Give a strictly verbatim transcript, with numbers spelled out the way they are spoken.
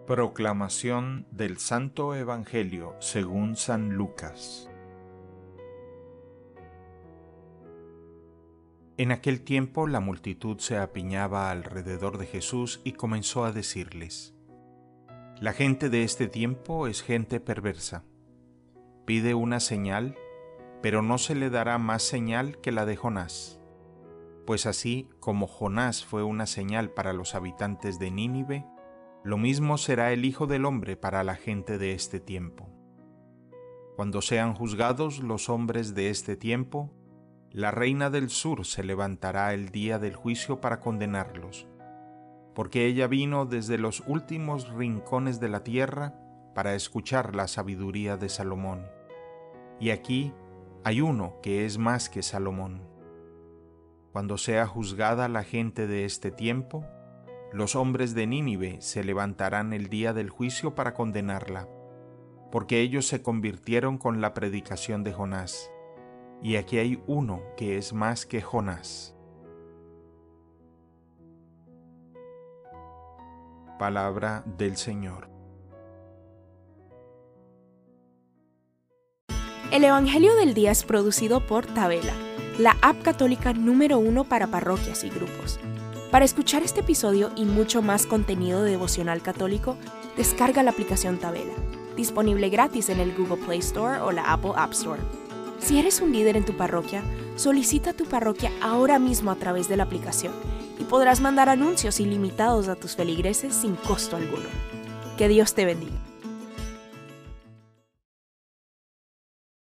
Proclamación del Santo Evangelio según San Lucas. En aquel tiempo la multitud se apiñaba alrededor de Jesús y comenzó a decirles: La gente de este tiempo es gente perversa. Pide una señal, pero no se le dará más señal que la de Jonás. Pues así como Jonás fue una señal para los habitantes de Nínive, lo mismo será el Hijo del Hombre para la gente de este tiempo. Cuando sean juzgados los hombres de este tiempo, la reina del sur se levantará el día del juicio para condenarlos, porque ella vino desde los últimos rincones de la tierra para escuchar la sabiduría de Salomón. Y aquí hay uno que es más que Salomón. Cuando sea juzgada la gente de este tiempo, los hombres de Nínive se levantarán el día del juicio para condenarla, porque ellos se convirtieron con la predicación de Jonás. Y aquí hay uno que es más que Jonás. Palabra del Señor. El Evangelio del Día es producido por Tabela, la app católica número uno para parroquias y grupos. Para escuchar este episodio y mucho más contenido de devocional católico, descarga la aplicación Tabela, disponible gratis en el Google Play Store o la Apple App Store. Si eres un líder en tu parroquia, solicita a tu parroquia ahora mismo a través de la aplicación y podrás mandar anuncios ilimitados a tus feligreses sin costo alguno. Que Dios te bendiga.